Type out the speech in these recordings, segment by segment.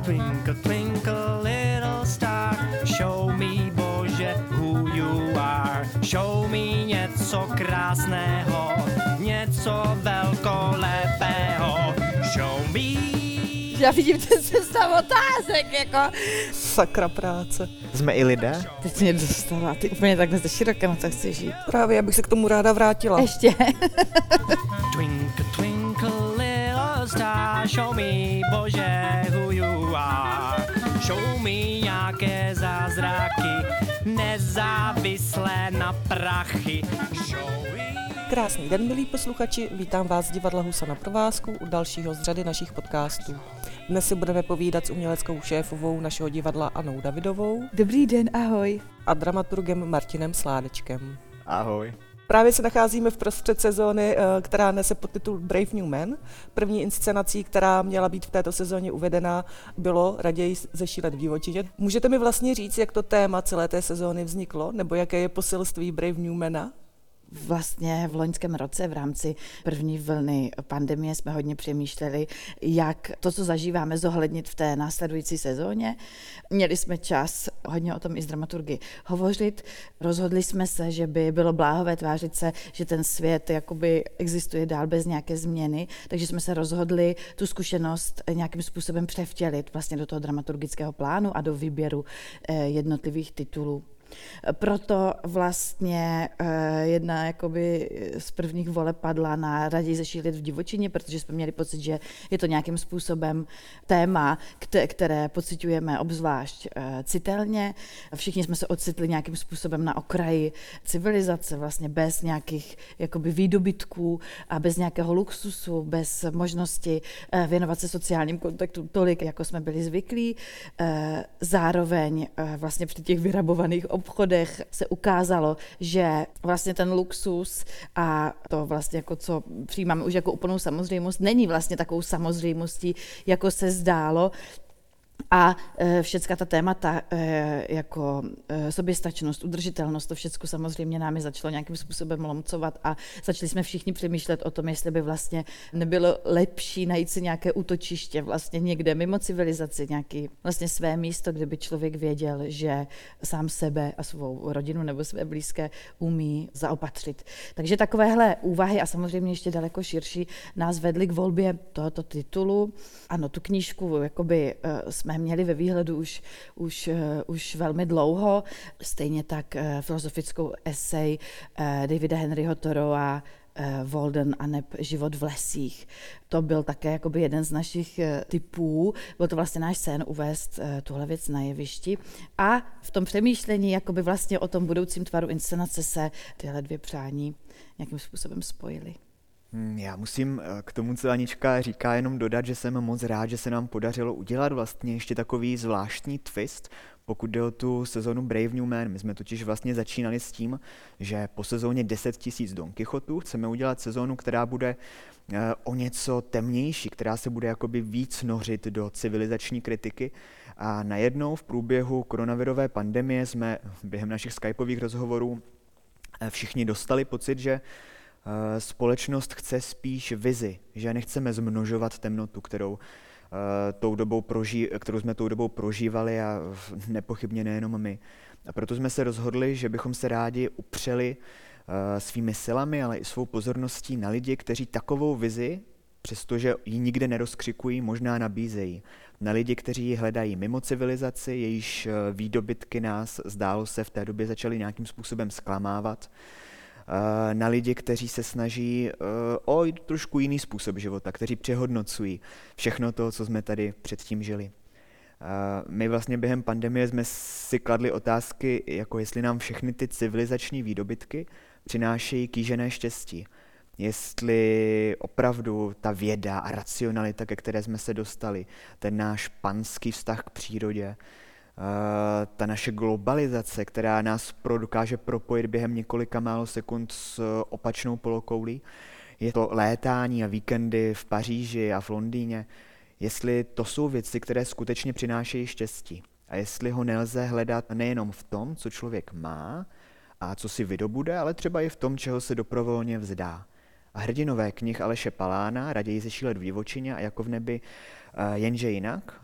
Twinkle, twinkle, little star, show me, Bože, who you are. Show me něco krásného, něco velkolepého. Show me. Já vidím ten sestav otázek, jako. Sakra práce. Jsme i lidé? Teď mě dostala, ty úplně takhle ze široké, no to chci žít. Právě, já bych se k tomu ráda vrátila. Ještě. Twinkle, twinkle, little star, show me, Bože, who you are. Show me nějaké zázraky, nezávislé na prachy. Show me. Krásný den, milí posluchači, vítám vás z divadla Husa na provázku u dalšího z řady našich podcastů. Dnes si budeme povídat s uměleckou šéfovou našeho divadla Annou Davidovou. Dobrý den, ahoj. A dramaturgem Martinem Sládečkem. Ahoj. Právě se nacházíme v prostřed sezóny, která nese podtitul Brave New Man. První inscenací, která měla být v této sezóně uvedena, bylo Raději zešílet v divočině. Můžete mi vlastně říct, jak to téma celé té sezóny vzniklo, nebo jaké je poselství Brave New Mana? Vlastně v loňském roce v rámci první vlny pandemie jsme hodně přemýšleli, jak to, co zažíváme, zohlednit v té následující sezóně. Měli jsme čas hodně o tom i s dramaturgy hovořit. Rozhodli jsme se, že by bylo bláhové tvářit se, že ten svět jakoby existuje dál bez nějaké změny, takže jsme se rozhodli tu zkušenost nějakým způsobem převtělit vlastně do toho dramaturgického plánu a do výběru jednotlivých titulů. Proto vlastně jedna jakoby z prvních voleb padla na Raději zešílit v divočině, protože jsme měli pocit, že je to nějakým způsobem téma, které pociťujeme obzvlášť citelně. Všichni jsme se ocitli nějakým způsobem na okraji civilizace, vlastně bez nějakých jakoby výdobytků a bez nějakého luxusu, bez možnosti věnovat se sociálním kontaktům tolik, jako jsme byli zvyklí. Zároveň vlastně při těch vyrabovaných obchodech se ukázalo, že vlastně ten luxus a to vlastně jako co přijímáme už jako úplnou samozřejmost, není vlastně takovou samozřejmostí, jako se zdálo. A všecka ta témata jako soběstačnost, udržitelnost, to všecko samozřejmě námi začalo nějakým způsobem lomcovat a začali jsme všichni přemýšlet o tom, jestli by vlastně nebylo lepší najít si nějaké útočiště vlastně někde mimo civilizaci, nějaké vlastně své místo, kde by člověk věděl, že sám sebe a svou rodinu nebo své blízké umí zaopatřit. Takže takovéhle úvahy a samozřejmě ještě daleko širší nás vedly k volbě tohoto titulu. Ano, tu knížku jakoby jsme měli ve výhledu už velmi dlouho, stejně tak filozofickou esej Davida Henryho Thoreaua Walden a neb Život v lesích. To byl také jakoby jeden z našich typů, byl to vlastně náš sen uvést tuhle věc na jevišti a v tom přemýšlení jakoby vlastně o tom budoucím tvaru inscenace se tyhle dvě přání nějakým způsobem spojily. Já musím k tomu, co Anička říká, jenom dodat, že jsem moc rád, že se nám podařilo udělat vlastně ještě takový zvláštní twist, pokud jde o tu sezonu Brave New Man. My jsme totiž vlastně začínali s tím, že po sezóně 10 000 Don Quixotů chceme udělat sezónu, která bude o něco temnější, která se bude jakoby víc nořit do civilizační kritiky. A najednou v průběhu koronavirové pandemie jsme během našich skypových rozhovorů všichni dostali pocit, že společnost chce spíš vizi, že nechceme zmnožovat temnotu, kterou jsme tou dobou prožívali a nepochybně nejenom my. A proto jsme se rozhodli, že bychom se rádi upřeli svými silami, ale i svou pozorností na lidi, kteří takovou vizi, přestože ji nikde nerozkřikují, možná nabízejí. Na lidi, kteří ji hledají mimo civilizaci, jejíž výdobytky nás, zdálo se, v té době začaly nějakým způsobem zklamávat. Na lidi, kteří se snaží o trošku jiný způsob života, kteří přehodnocují všechno to, co jsme tady předtím žili. My vlastně během pandemie jsme si kladli otázky, jako jestli nám všechny ty civilizační výdobytky přinášejí kýžené štěstí. Jestli opravdu ta věda a racionalita, ke které jsme se dostali, ten náš panský vztah k přírodě, ta naše globalizace, která nás dokáže propojit během několika málo sekund s opačnou polokoulí, je to létání a víkendy v Paříži a v Londýně, jestli to jsou věci, které skutečně přinášejí štěstí a jestli ho nelze hledat nejenom v tom, co člověk má a co si vydobude, ale třeba i v tom, čeho se dobrovolně vzdá. A hrdinové knih Aleše Palána, Raději zešílet v divočině a Jako v nebi, jenže jinak,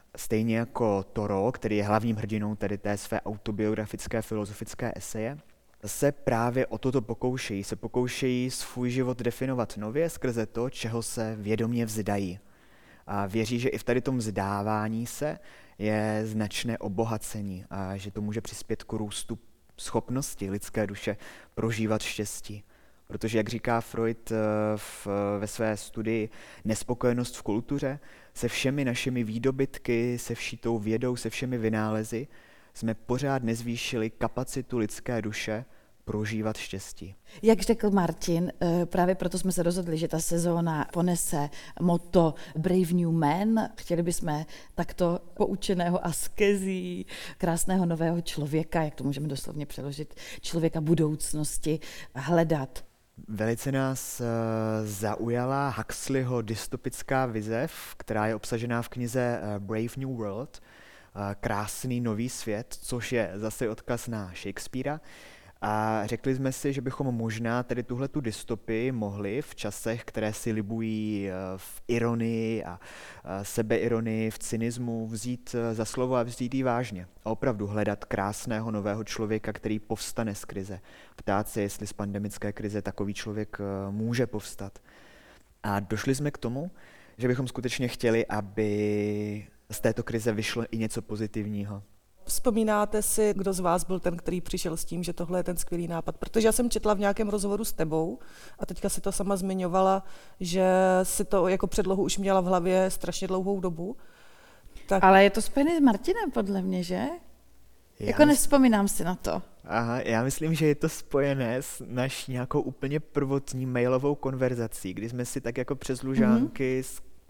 stejně jako Thoreau, který je hlavním hrdinou tedy té své autobiografické filozofické eseje, se právě o toto pokoušejí svůj život definovat nově skrze to, čeho se vědomě vzdají. A věří, že i v tady tom vzdávání se je značné obohacení a že to může přispět k růstu schopnosti lidské duše prožívat štěstí. Protože, jak říká Freud ve své studii Nespokojenost v kultuře, se všemi našimi výdobytky, se vší tou vědou, se všemi vynálezy, jsme pořád nezvýšili kapacitu lidské duše prožívat štěstí. Jak řekl Martin, právě proto jsme se rozhodli, že ta sezóna ponese motto Brave New Man. Chtěli bychom takto poučeného askezí, krásného nového člověka, jak to můžeme doslovně přeložit, člověka budoucnosti, hledat. Velice nás zaujala Huxleyho dystopická vize, která je obsažená v knize Brave New World, krásný nový svět, což je zase odkaz na Shakespearea. A řekli jsme si, že bychom možná tady tuhletu dystopii mohli v časech, které si libují v ironii a sebeironii, v cynismu, vzít za slovo a vzít ji vážně. A opravdu hledat krásného nového člověka, který povstane z krize. Ptát se, jestli z pandemické krize takový člověk může povstat. A došli jsme k tomu, že bychom skutečně chtěli, aby z této krize vyšlo i něco pozitivního. Vzpomínáte si, kdo z vás byl ten, který přišel s tím, že tohle je ten skvělý nápad? Protože já jsem četla v nějakém rozhovoru s tebou a teďka si to sama zmiňovala, že si to jako předlohu už měla v hlavě strašně dlouhou dobu. Tak... Ale je to spojené s Martinem, podle mě, že? Nevzpomínám si na to. Aha, já myslím, že je to spojené s naší nějakou úplně prvotní mailovou konverzací, kdy jsme si tak jako přes lužánky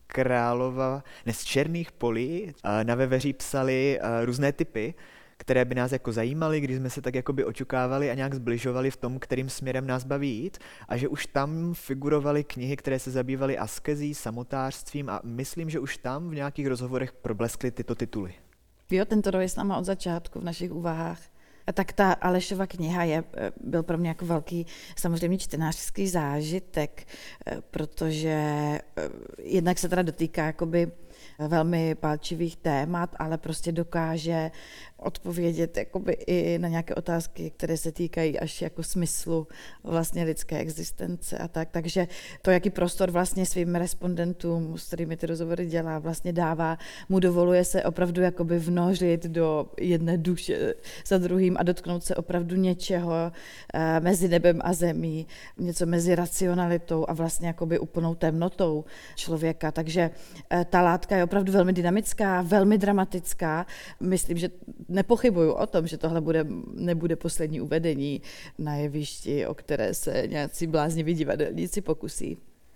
z Černých polí na Veveří psali různé typy, které by nás jako zajímaly, když jsme se tak jakoby oťukávali a nějak zbližovali v tom, kterým směrem nás baví jít, a že už tam figurovaly knihy, které se zabývaly askezí, samotářstvím, a myslím, že už tam v nějakých rozhovorech probleskly tyto tituly. Jo, tento roj je s náma od začátku v našich úvahách. A tak ta Alešova kniha byl pro mě jako velký samozřejmě čtenářský zážitek, protože jednak se teda dotýká jakoby velmi palčivých témat, ale prostě dokáže odpovědět jakoby i na nějaké otázky, které se týkají až jako smyslu vlastně lidské existence a tak. Takže to, jaký prostor vlastně svým respondentům, s kterými ty rozhovory dělá, vlastně dává, mu dovoluje se opravdu jakoby vnořit do jedné duše za druhým a dotknout se opravdu něčeho mezi nebem a zemí, něco mezi racionalitou a vlastně jakoby úplnou temnotou člověka. Takže ta látka je opravdu velmi dynamická, velmi dramatická. Myslím, že nepochybuju o tom, že tohle nebude poslední uvedení na jevišti, o které se nějací blázniví divadelníci pokusí.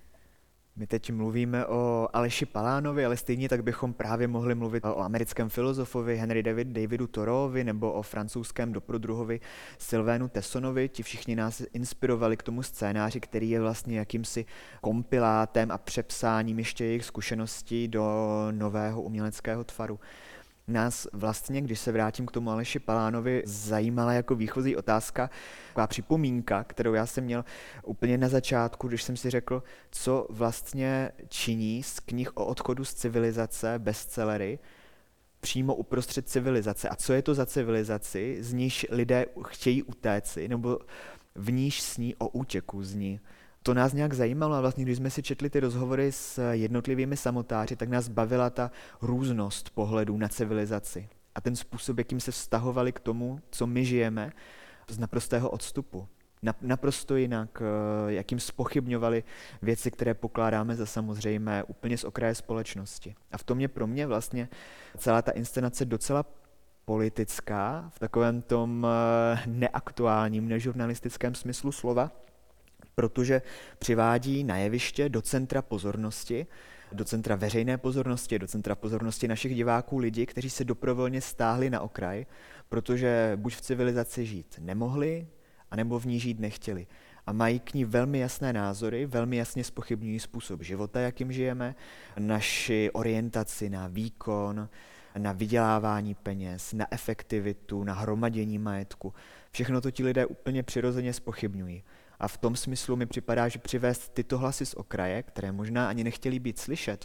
My teď mluvíme o Aleši Palánovi, ale stejně tak bychom právě mohli mluvit o americkém filozofovi Henry Davidu Thoreauovi nebo o francouzském dobrodruhovi Sylvénu Tessonovi. Ti všichni nás inspirovali k tomu scénáři, který je vlastně jakýmsi kompilátem a přepsáním ještě jejich zkušeností do nového uměleckého tvaru. Nás vlastně, když se vrátím k tomu Aleši Palánovi, zajímala jako výchozí otázka, taková připomínka, kterou já jsem měl úplně na začátku, když jsem si řekl, co vlastně činí z knih o odchodu z civilizace bestsellery přímo uprostřed civilizace. A co je to za civilizaci, z níž lidé chtějí utéci, nebo v níž sní o útěku z ní. To nás nějak zajímalo a vlastně, když jsme si četli ty rozhovory s jednotlivými samotáři, tak nás bavila ta různost pohledů na civilizaci a ten způsob, jakým se vztahovali k tomu, co my žijeme, z naprostého odstupu. Naprosto jinak, jakým zpochybňovali věci, které pokládáme za samozřejmé úplně z okraje společnosti. A v tom je pro mě vlastně celá ta inscenace docela politická, v takovém tom neaktuálním, nežurnalistickém smyslu slova, protože přivádí na jeviště do centra pozornosti, do centra veřejné pozornosti, do centra pozornosti našich diváků lidi, kteří se dobrovolně stáhli na okraj, protože buď v civilizaci žít nemohli, anebo v ní žít nechtěli. A mají k ní velmi jasné názory, velmi jasně zpochybňují způsob života, jakým žijeme, naši orientaci na výkon, na vydělávání peněz, na efektivitu, na hromadění majetku. Všechno to ti lidé úplně přirozeně zpochybňují. A v tom smyslu mi připadá, že přivést tyto hlasy z okraje, které možná ani nechtěli být slyšet,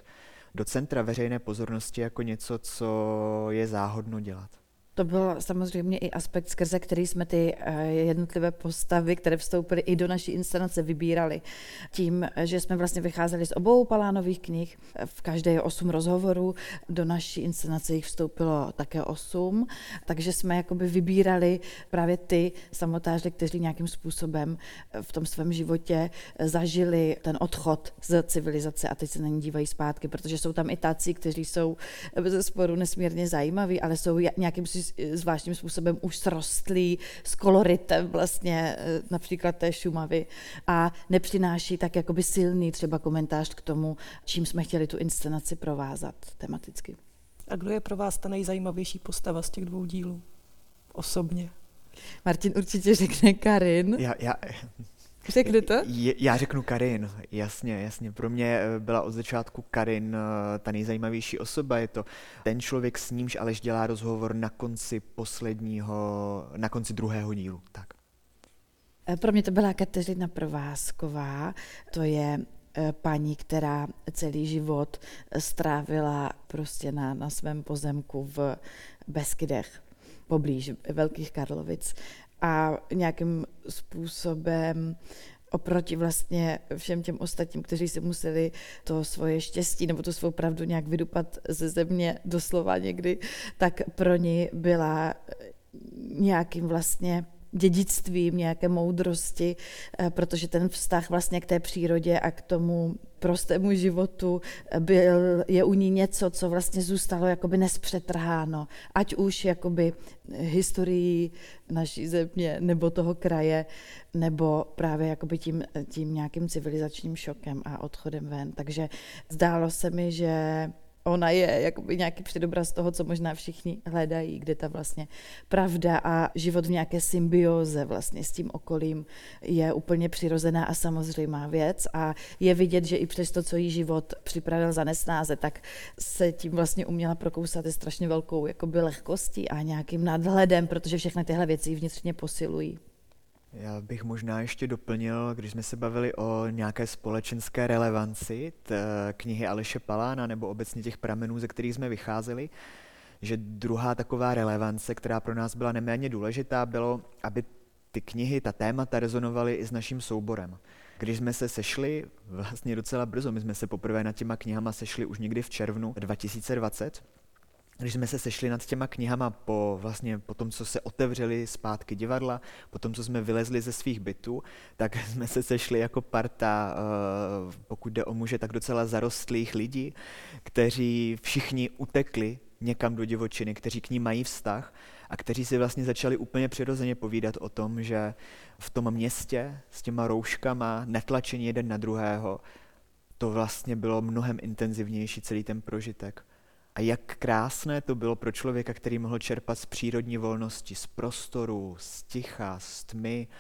do centra veřejné pozornosti jako něco, co je záhodno dělat. To byl samozřejmě i aspekt, skrze který jsme ty jednotlivé postavy, které vstoupily i do naší inscenace, vybírali. Tím, že jsme vlastně vycházeli z obou Palánových knih, v každé je 8 rozhovorů, do naší inscenace jich vstoupilo také 8, takže jsme jakoby vybírali právě ty samotáře, kteří nějakým způsobem v tom svém životě zažili ten odchod z civilizace a teď se na ní dívají zpátky, protože jsou tam i tací, kteří jsou bezesporu nesmírně zajímaví, ale jsou nějakým zvláštním způsobem už srostlý s koloritem vlastně například té Šumavy a nepřináší tak jakoby silný třeba komentář k tomu, čím jsme chtěli tu inscenaci provázat tematicky. A kdo je pro vás ta nejzajímavější postava z těch 2 dílů? Osobně. Martin určitě řekne Karin. Řekne to? Já řeknu Karin, jasně. Pro mě byla od začátku Karin ta nejzajímavější osoba. Je to ten člověk, s nímž Aleš dělá rozhovor na konci druhého dílu. Tak. Pro mě to byla Kateřina Provázková, to je paní, která celý život strávila prostě na svém pozemku v Beskydech, poblíž Velkých Karlovic. A nějakým způsobem oproti vlastně všem těm ostatním, kteří si museli to svoje štěstí nebo tu svou pravdu nějak vydupat ze země doslova někdy, tak pro ní byla nějakým vlastně dědictvím, nějaké moudrosti, protože ten vztah vlastně k té přírodě a k tomu prostému životu je u ní něco, co vlastně zůstalo jakoby nespřetrháno, ať už jakoby historií naší země nebo toho kraje, nebo právě jakoby tím nějakým civilizačním šokem a odchodem ven. Takže zdálo se mi, že ona je jakoby nějaký předobraz toho, co možná všichni hledají, kde ta vlastně pravda a život v nějaké symbioze vlastně s tím okolím je úplně přirozená a samozřejmá věc a je vidět, že i přes to, co jí život připravil za nesnáze, tak se tím vlastně uměla prokousat i strašně velkou jakoby lehkostí a nějakým nadhledem, protože všechny tyhle věci vnitřně posilují. Já bych možná ještě doplnil, když jsme se bavili o nějaké společenské relevanci knihy Aleše Palána nebo obecně těch pramenů, ze kterých jsme vycházeli, že druhá taková relevance, která pro nás byla neméně důležitá, bylo, aby ty knihy, ta témata rezonovaly i s naším souborem. Když jsme se sešli vlastně docela brzo, my jsme se poprvé nad těma knihama sešli už někdy v červnu 2020, když jsme se sešli nad těma knihama po tom, co se otevřeli zpátky divadla, po tom, co jsme vylezli ze svých bytů, tak jsme se sešli jako parta, pokud jde o muže, tak docela zarostlých lidí, kteří všichni utekli někam do divočiny, kteří k ní mají vztah a kteří si vlastně začali úplně přirozeně povídat o tom, že v tom městě s těma rouškama, netlačení jeden na druhého, to vlastně bylo mnohem intenzivnější celý ten prožitek. A jak krásné to bylo pro člověka, který mohl čerpat z přírodní volnosti, z prostoru, z ticha, z tmy,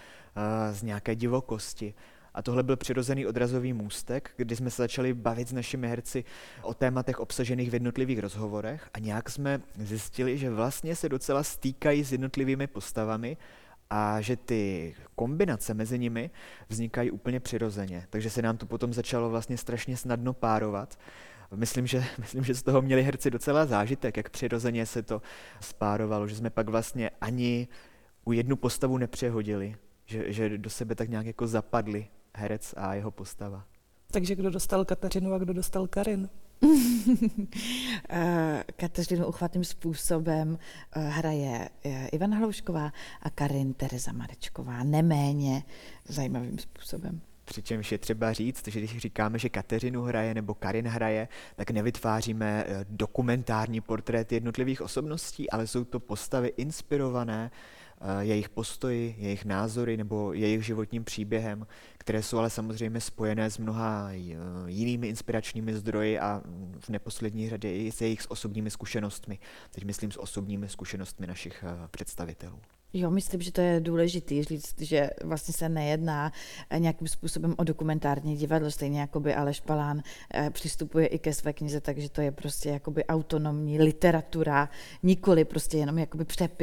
z nějaké divokosti. A tohle byl přirozený odrazový můstek, kdy jsme se začali bavit s našimi herci o tématech obsažených v jednotlivých rozhovorech a nějak jsme zjistili, že vlastně se docela stýkají s jednotlivými postavami a že ty kombinace mezi nimi vznikají úplně přirozeně. Takže se nám to potom začalo vlastně strašně snadno párovat. Myslím, že z toho měli herci docela zážitek, jak přirozeně se to spárovalo, že jsme pak vlastně ani u jednu postavu nepřehodili, že do sebe tak nějak jako zapadli herec a jeho postava. Takže kdo dostal Kateřinu a kdo dostal Karin? Kateřinu uchvatným způsobem hraje Ivana Hloušková a Karin Tereza Marečková neméně zajímavým způsobem. Přičemž je třeba říct, že když říkáme, že Kateřinu hraje nebo Karin hraje, tak nevytváříme dokumentární portrét jednotlivých osobností, ale jsou to postavy inspirované jejich postoji, jejich názory nebo jejich životním příběhem, které jsou ale samozřejmě spojené s mnoha jinými inspiračními zdroji a v neposlední řadě i s jejich osobními zkušenostmi. Teď myslím s osobními zkušenostmi našich představitelů. Jo, myslím, že to je důležité říct, že vlastně se nejedná nějakým způsobem o dokumentární divadlo, stejně jakoby Aleš Palán přistupuje i ke své knize, takže to je prostě jakoby autonomní literatura, nikoli prostě jenom jakoby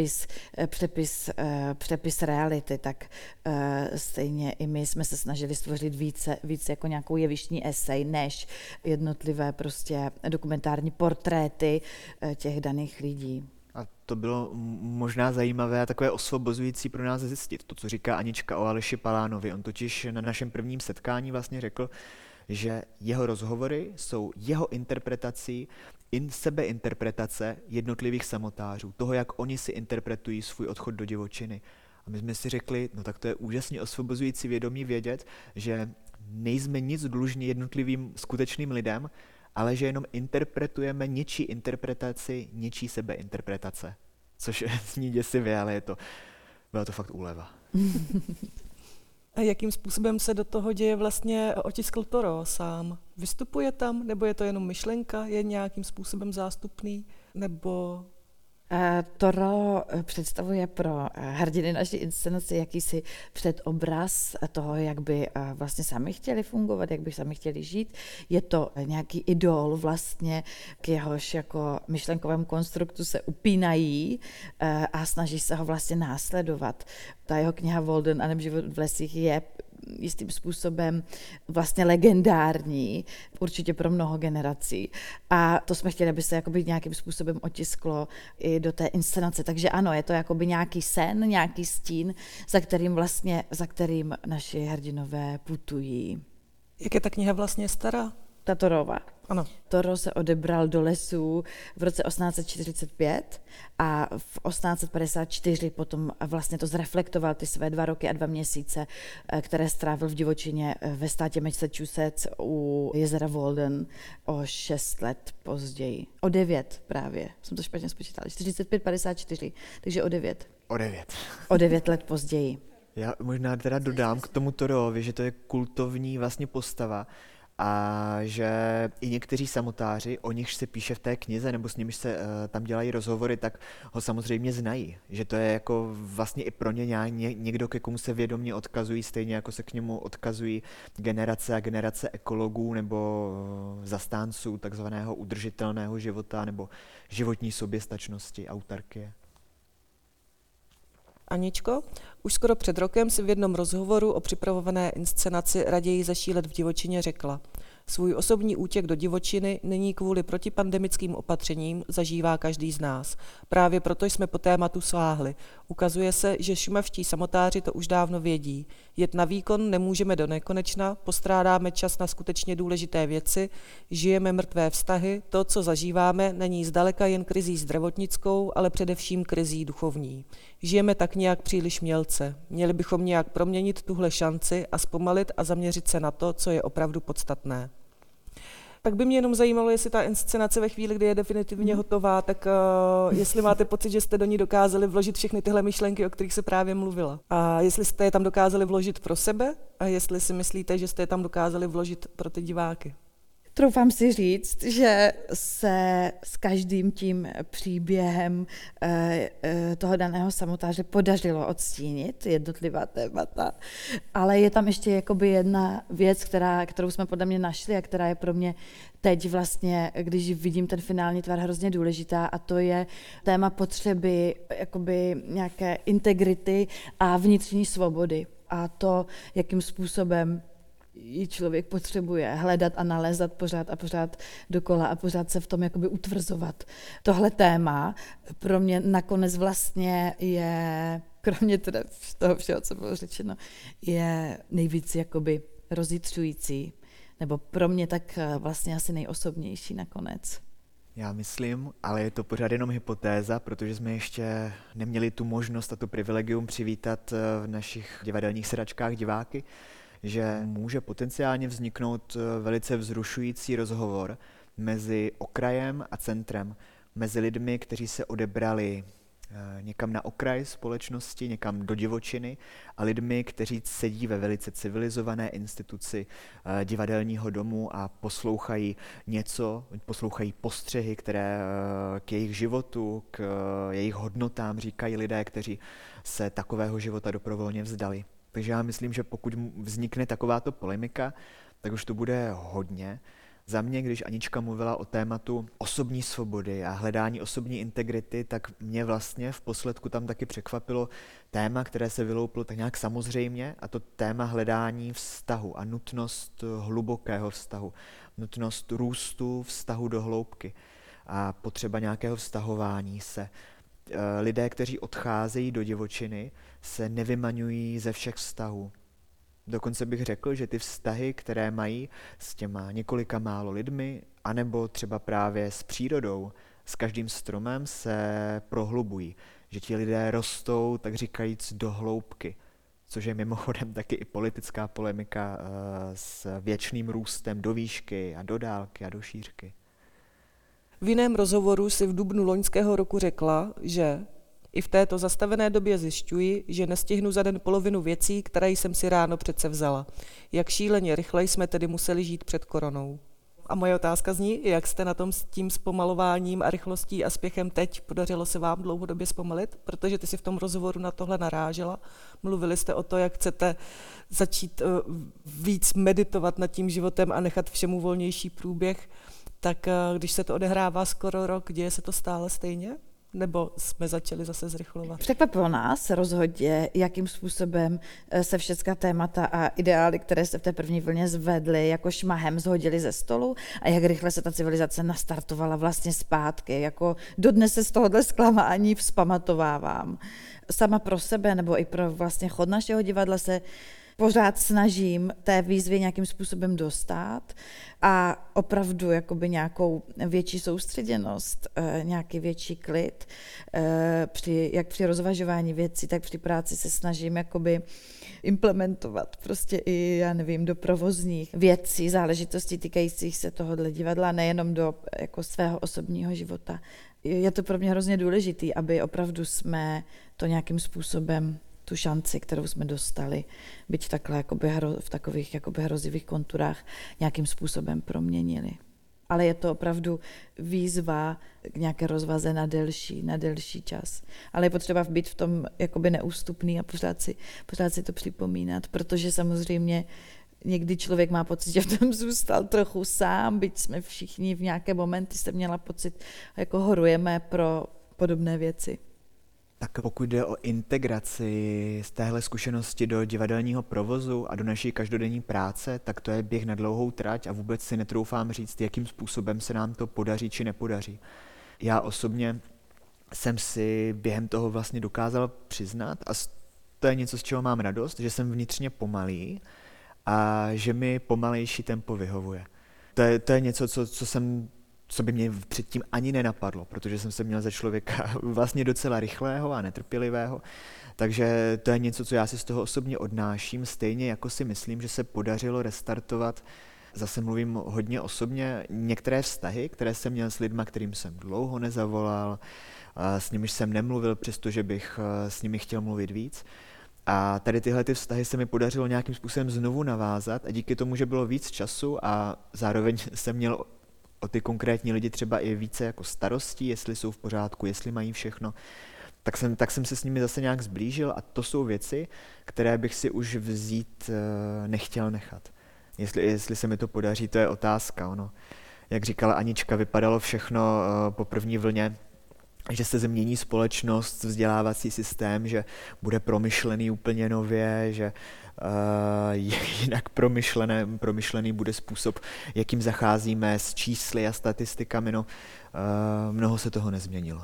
přepis reality, tak stejně i my jsme se snažili stvořit více jako nějakou jevištní esej, než jednotlivé prostě dokumentární portréty těch daných lidí. A to bylo možná zajímavé a takové osvobozující pro nás zjistit, to, co říká Anička o Aleši Palánovi. On totiž na našem prvním setkání vlastně řekl, že jeho rozhovory jsou jeho interpretací, sebeinterpretace jednotlivých samotářů, toho, jak oni si interpretují svůj odchod do divočiny. A my jsme si řekli, no tak to je úžasně osvobozující vědomí vědět, že nejsme nic dlužní jednotlivým skutečným lidem, ale že jenom interpretujeme něčí interpretaci, něčí sebeinterpretace. Což zní děsivě, ale byla to fakt úleva. A jakým způsobem se do toho děje vlastně Otiskl Toro sám? Vystupuje tam, nebo je to jenom myšlenka, je nějakým způsobem zástupný, nebo... Toro představuje pro hrdiny naší inscenace jakýsi předobraz toho, jak by vlastně sami chtěli fungovat, jak by sami chtěli žít. Je to nějaký idol vlastně, k jehož jako myšlenkovému konstruktu se upínají a snaží se ho vlastně následovat. Ta jeho kniha Walden a Život v lesích je jistým způsobem vlastně legendární, určitě pro mnoho generací. A to jsme chtěli, aby se jakoby nějakým způsobem otisklo i do té inscenace. Takže ano, je to jakoby nějaký sen, nějaký stín, za kterým naši hrdinové putují. Jak je ta kniha vlastně stará? Ta Torova. Ano. Toro se odebral do lesů v roce 1845 a v 1854 potom vlastně to zreflektoval ty své 2 roky a 2 měsíce, které strávil v divočině ve státě Massachusetts u jezera Walden o 6 let později. O 9 právě, jsem to špatně spočítala, 45-54, takže o 9. O 9. O 9 let později. Já možná teda dodám k tomu Torovi, že to je kultovní vlastně postava, a že i někteří samotáři, o nichž se píše v té knize, nebo s nimiž se tam dělají rozhovory, tak ho samozřejmě znají. Že to je jako vlastně i pro ně někdo, ke komu se vědomě odkazují, stejně jako se k němu odkazují generace a generace ekologů nebo zastánců takzvaného udržitelného života nebo životní soběstačnosti, autarkie. Aničko, už skoro před rokem si v jednom rozhovoru o připravované inscenaci Raději zašílet v divočině řekla: svůj osobní útěk do divočiny nyní kvůli protipandemickým opatřením zažívá každý z nás. Právě proto jsme po tématu sáhli. Ukazuje se, že šumavští samotáři to už dávno vědí. Jet na výkon nemůžeme do nekonečna, postrádáme čas na skutečně důležité věci, žijeme mrtvé vztahy, to, co zažíváme, není zdaleka jen krizí zdravotnickou, ale především krizí duchovní. Žijeme tak nějak příliš mělce. Měli bychom nějak proměnit tuhle šanci a zpomalit a zaměřit se na to, co je opravdu podstatné. Tak by mě jenom zajímalo, jestli ta inscenace ve chvíli, kdy je definitivně hotová, tak jestli máte pocit, že jste do ní dokázali vložit všechny tyhle myšlenky, o kterých se právě mluvila. A jestli jste je tam dokázali vložit pro sebe a jestli si myslíte, že jste je tam dokázali vložit pro ty diváky. Troufám si říct, že se s každým tím příběhem toho daného samotáře podařilo odstínit jednotlivá témata, ale je tam ještě jakoby jedna věc, kterou jsme podle mě našli a která je pro mě teď vlastně, když vidím ten finální tvar, hrozně důležitá, a to je téma potřeby jakoby nějaké integrity a vnitřní svobody a to, jakým způsobem ji člověk potřebuje hledat a nalézat pořád dokola a pořád se v tom jakoby utvrzovat. Tohle téma pro mě nakonec vlastně je, kromě toho všeho, co bylo řečeno, je nejvíc jakoby rozjitřující, nebo pro mě tak vlastně asi nejosobnější nakonec. Já myslím, ale je to pořád jenom hypotéza, protože jsme ještě neměli tu možnost a tu privilegium přivítat v našich divadelních sedačkách diváky, že může potenciálně vzniknout velice vzrušující rozhovor mezi okrajem a centrem, mezi lidmi, kteří se odebrali někam na okraj společnosti, někam do divočiny a lidmi, kteří sedí ve velice civilizované instituci divadelního domu a poslouchají poslouchají postřehy, které k jejich životu, k jejich hodnotám říkají lidé, kteří se takového života dobrovolně vzdali. Takže já myslím, že pokud vznikne takováto polemika, tak už to bude hodně. Za mě, když Anička mluvila o tématu osobní svobody a hledání osobní integrity, tak mě vlastně v posledku tam taky překvapilo téma, které se vylouplo tak nějak samozřejmě, a to téma hledání vztahu a nutnost hlubokého vztahu, nutnost růstu vztahu do hloubky a potřeba nějakého vztahování se. Lidé, kteří odcházejí do divočiny, se nevymaňují ze všech vztahů. Dokonce bych řekl, že ty vztahy, které mají s těma několika málo lidmi, anebo třeba právě s přírodou, s každým stromem se prohlubují. Že ti lidé rostou, tak říkajíc, do hloubky. Což je mimochodem taky i politická polemika s věčným růstem do výšky a do dálky a do šířky. V jiném rozhovoru si v dubnu loňského roku řekla, že i v této zastavené době zjišťuji, že nestihnu za den polovinu věcí, které jsem si ráno přece vzala. Jak šíleně rychle jsme tedy museli žít před koronou. A moje otázka zní, jak jste na tom s tím zpomalováním a rychlostí a spěchem teď? Podařilo se vám dlouhodobě zpomalit? Protože ty si v tom rozhovoru na tohle narážela. Mluvili jste o to, jak chcete začít víc meditovat nad tím životem a nechat všemu volnější průběh. Tak když se to odehrává skoro rok, děje se to stále stejně? Nebo jsme začali zase zrychlovat? Překvapilo nás rozhodně, jakým způsobem se všechna témata a ideály, které se v té první vlně zvedly, jako šmahem zhodily ze stolu a jak rychle se ta civilizace nastartovala vlastně zpátky. Jako dodnes se z tohohle zklamání vzpamatovávám. Sama pro sebe nebo i pro vlastně chod našeho divadla se pořád snažím té výzvě nějakým způsobem dostat a opravdu jakoby nějakou větší soustředěnost, nějaký větší klid. Jak při rozvažování věcí, tak při práci se snažím jakoby implementovat prostě i, já nevím, do provozních věcí, záležitostí týkajících se tohohle divadla, nejenom do jako svého osobního života. Je to pro mě hrozně důležitý, aby opravdu jsme to nějakým způsobem tu šanci, kterou jsme dostali, byť takhle v takových jakoby hrozivých konturách nějakým způsobem proměnili. Ale je to opravdu výzva k nějaké rozvaze na delší čas. Ale je potřeba být v tom jakoby neústupný a pořád si to připomínat, protože samozřejmě někdy člověk má pocit, že v tom zůstal trochu sám, byť jsme všichni v nějaké momenty jsem měla pocit, jako horujeme pro podobné věci. Tak pokud jde o integraci z téhle zkušenosti do divadelního provozu a do naší každodenní práce, tak to je běh na dlouhou trať a vůbec si netroufám říct, jakým způsobem se nám to podaří či nepodaří. Já osobně jsem si během toho vlastně dokázal přiznat, a to je něco, z čeho mám radost, že jsem vnitřně pomalý a že mi pomalejší tempo vyhovuje. To je něco, co by mě předtím ani nenapadlo, protože jsem se měl za člověka vlastně docela rychlého a netrpělivého. Takže to je něco, co já si z toho osobně odnáším, stejně jako si myslím, že se podařilo restartovat, zase mluvím hodně osobně, některé vztahy, které jsem měl s lidma, kterým jsem dlouho nezavolal, s nimiž jsem nemluvil, přestože bych s nimi chtěl mluvit víc. A tady tyhle ty vztahy se mi podařilo nějakým způsobem znovu navázat a díky tomu, že bylo víc času a zároveň jsem měl o ty konkrétní lidi třeba i více jako starostí, jestli jsou v pořádku, jestli mají všechno, tak jsem se s nimi zase nějak zblížil a to jsou věci, které bych si už vzít nechtěl nechat. Jestli se mi to podaří, to je otázka. Ono. Jak říkala Anička, vypadalo všechno po první vlně, že se změní společnost, vzdělávací systém, že bude promyšlený úplně nově, že jinak promyšlený bude způsob, jakým zacházíme s čísly a statistikami. Mnoho se toho nezměnilo.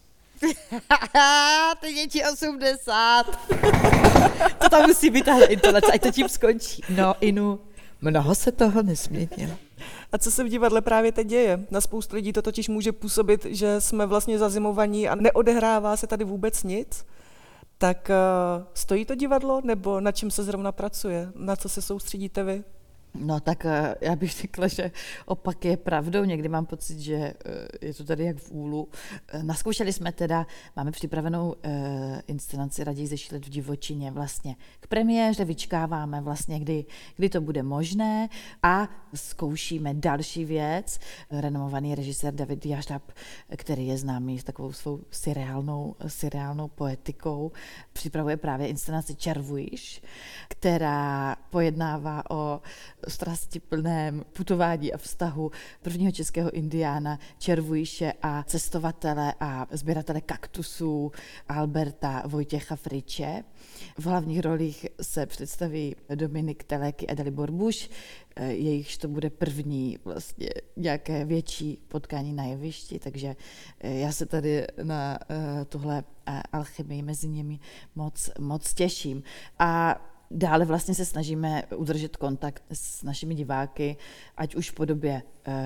Ty děti 80. To tam musí být tahle intonace, ať to tím skončí. No, Inu, mnoho se toho nezměnilo. A co se v divadle právě teď děje? Na spoustu lidí to totiž může působit, že jsme vlastně zazimovaní a neodehrává se tady vůbec nic. Tak stojí to divadlo, nebo na čem se zrovna pracuje? Na co se soustředíte vy? No tak já bych řekla, že opak je pravdou. Někdy mám pocit, že je to tady jak v úlu. Naskoušeli jsme teda, máme připravenou inscenaci Raději zešílet v divočině vlastně k premiéře, vyčkáváme vlastně, kdy to bude možné a zkoušíme další věc. Renomovaný režisér David Jařab, který je známý s takovou svou surreálnou poetikou, připravuje právě inscenaci Červujiš, která pojednává o strastiplném putování a vztahu prvního českého indiána Červujiše a cestovatele a sběratele kaktusů Alberta Vojtěcha Friče. V hlavních rolích se představí Dominik Teleky a Dalibor Buš, jejichž to bude první vlastně nějaké větší potkání na jevišti, takže já se tady na tuhle alchymii mezi nimi moc těším. A dále vlastně se snažíme udržet kontakt s našimi diváky, ať už v podobě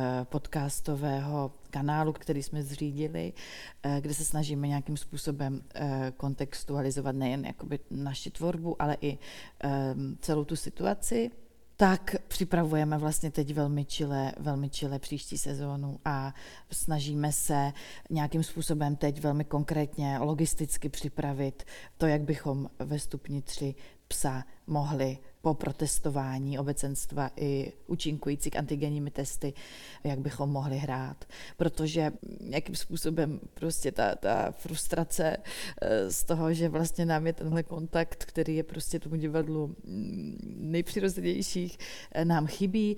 podcastového kanálu, který jsme zřídili, kde se snažíme nějakým způsobem kontextualizovat nejen jakoby naši tvorbu, ale i celou tu situaci. Tak připravujeme vlastně teď velmi čile příští sezónu a snažíme se nějakým způsobem teď velmi konkrétně logisticky připravit to, jak bychom ve stupni 3 Psa mohli po protestování obecenstva i účinkující antigenními testy, jak bychom mohli hrát. Protože nějakým způsobem prostě ta frustrace z toho, že vlastně nám je tenhle kontakt, který je prostě tomu divadlu nejpřirozenějších, nám chybí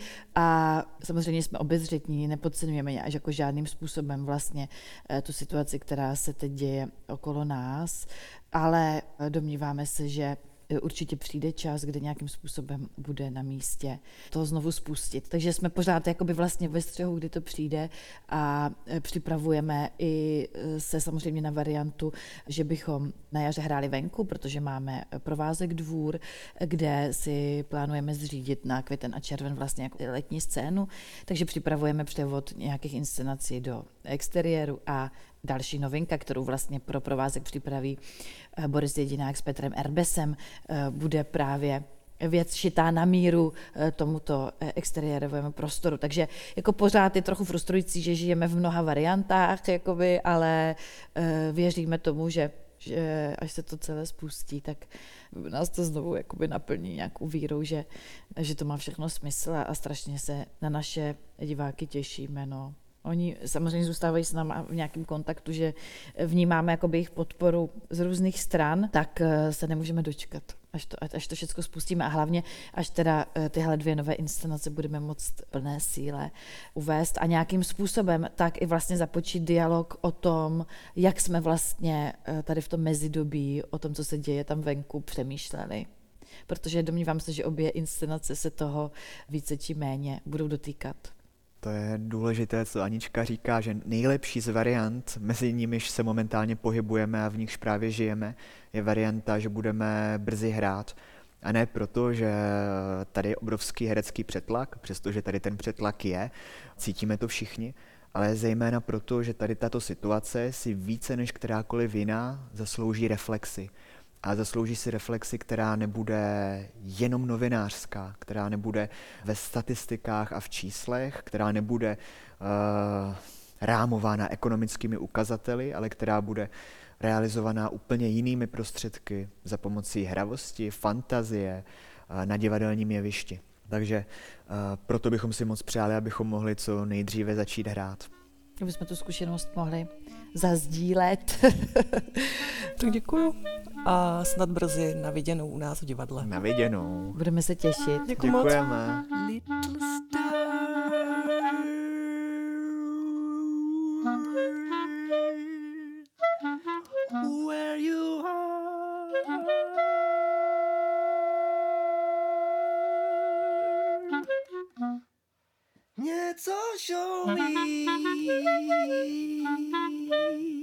a samozřejmě jsme obezřetní, nepodceňujeme až jako žádným způsobem vlastně tu situaci, která se teď děje okolo nás, ale domníváme se, že určitě přijde čas, kdy nějakým způsobem bude na místě to znovu spustit. Takže jsme pořád jakoby vlastně ve střehu, kdy to přijde a připravujeme i se samozřejmě na variantu, že bychom na jaře hráli venku, protože máme provázek Dvůr, kde si plánujeme zřídit na květen a červen vlastně jako letní scénu, takže připravujeme převod nějakých inscenací do exteriéru a další novinka, kterou vlastně pro provázek připraví Boris Jedinák s Petrem Erbesem, bude právě věc šitá na míru tomuto exteriérovému prostoru. Takže jako pořád je trochu frustrující, že žijeme v mnoha variantách, jakoby, ale věříme tomu, že až se to celé spustí, tak nás to znovu jakoby naplní nějakou vírou, že to má všechno smysl a strašně se na naše diváky těšíme. No. Oni samozřejmě zůstávají s námi v nějakém kontaktu, že vnímáme jakoby jejich podporu z různých stran, tak se nemůžeme dočkat, až to všechno spustíme a hlavně, až teda tyhle 2 nové inscenace budeme moct plné síle uvést a nějakým způsobem tak i vlastně započít dialog o tom, jak jsme vlastně tady v tom mezidobí, o tom, co se děje tam venku, přemýšleli. Protože domnívám se, že obě inscenace se toho více či méně budou dotýkat. To je důležité, co Anička říká, že nejlepší z variant, mezi nimiž se momentálně pohybujeme a v nichž právě žijeme, je varianta, že budeme brzy hrát. A ne proto, že tady je obrovský herecký přetlak, přestože tady ten přetlak je, cítíme to všichni, ale zejména proto, že tady tato situace si více než kterákoliv jiná zaslouží reflexi. A zaslouží si reflexi, která nebude jenom novinářská, která nebude ve statistikách a v číslech, která nebude rámována ekonomickými ukazateli, ale která bude realizovaná úplně jinými prostředky za pomocí hravosti, fantazie na divadelním jevišti. Takže proto bychom si moc přáli, abychom mohli co nejdříve začít hrát. Aby jsme tu zkušenost mohli zazdílet. Tak děkuju a snad brzy na viděnou u nás v divadle. Na viděnou. Budeme se těšit. Děkuju moc. Děkujeme. Little star, where you are, něco show me.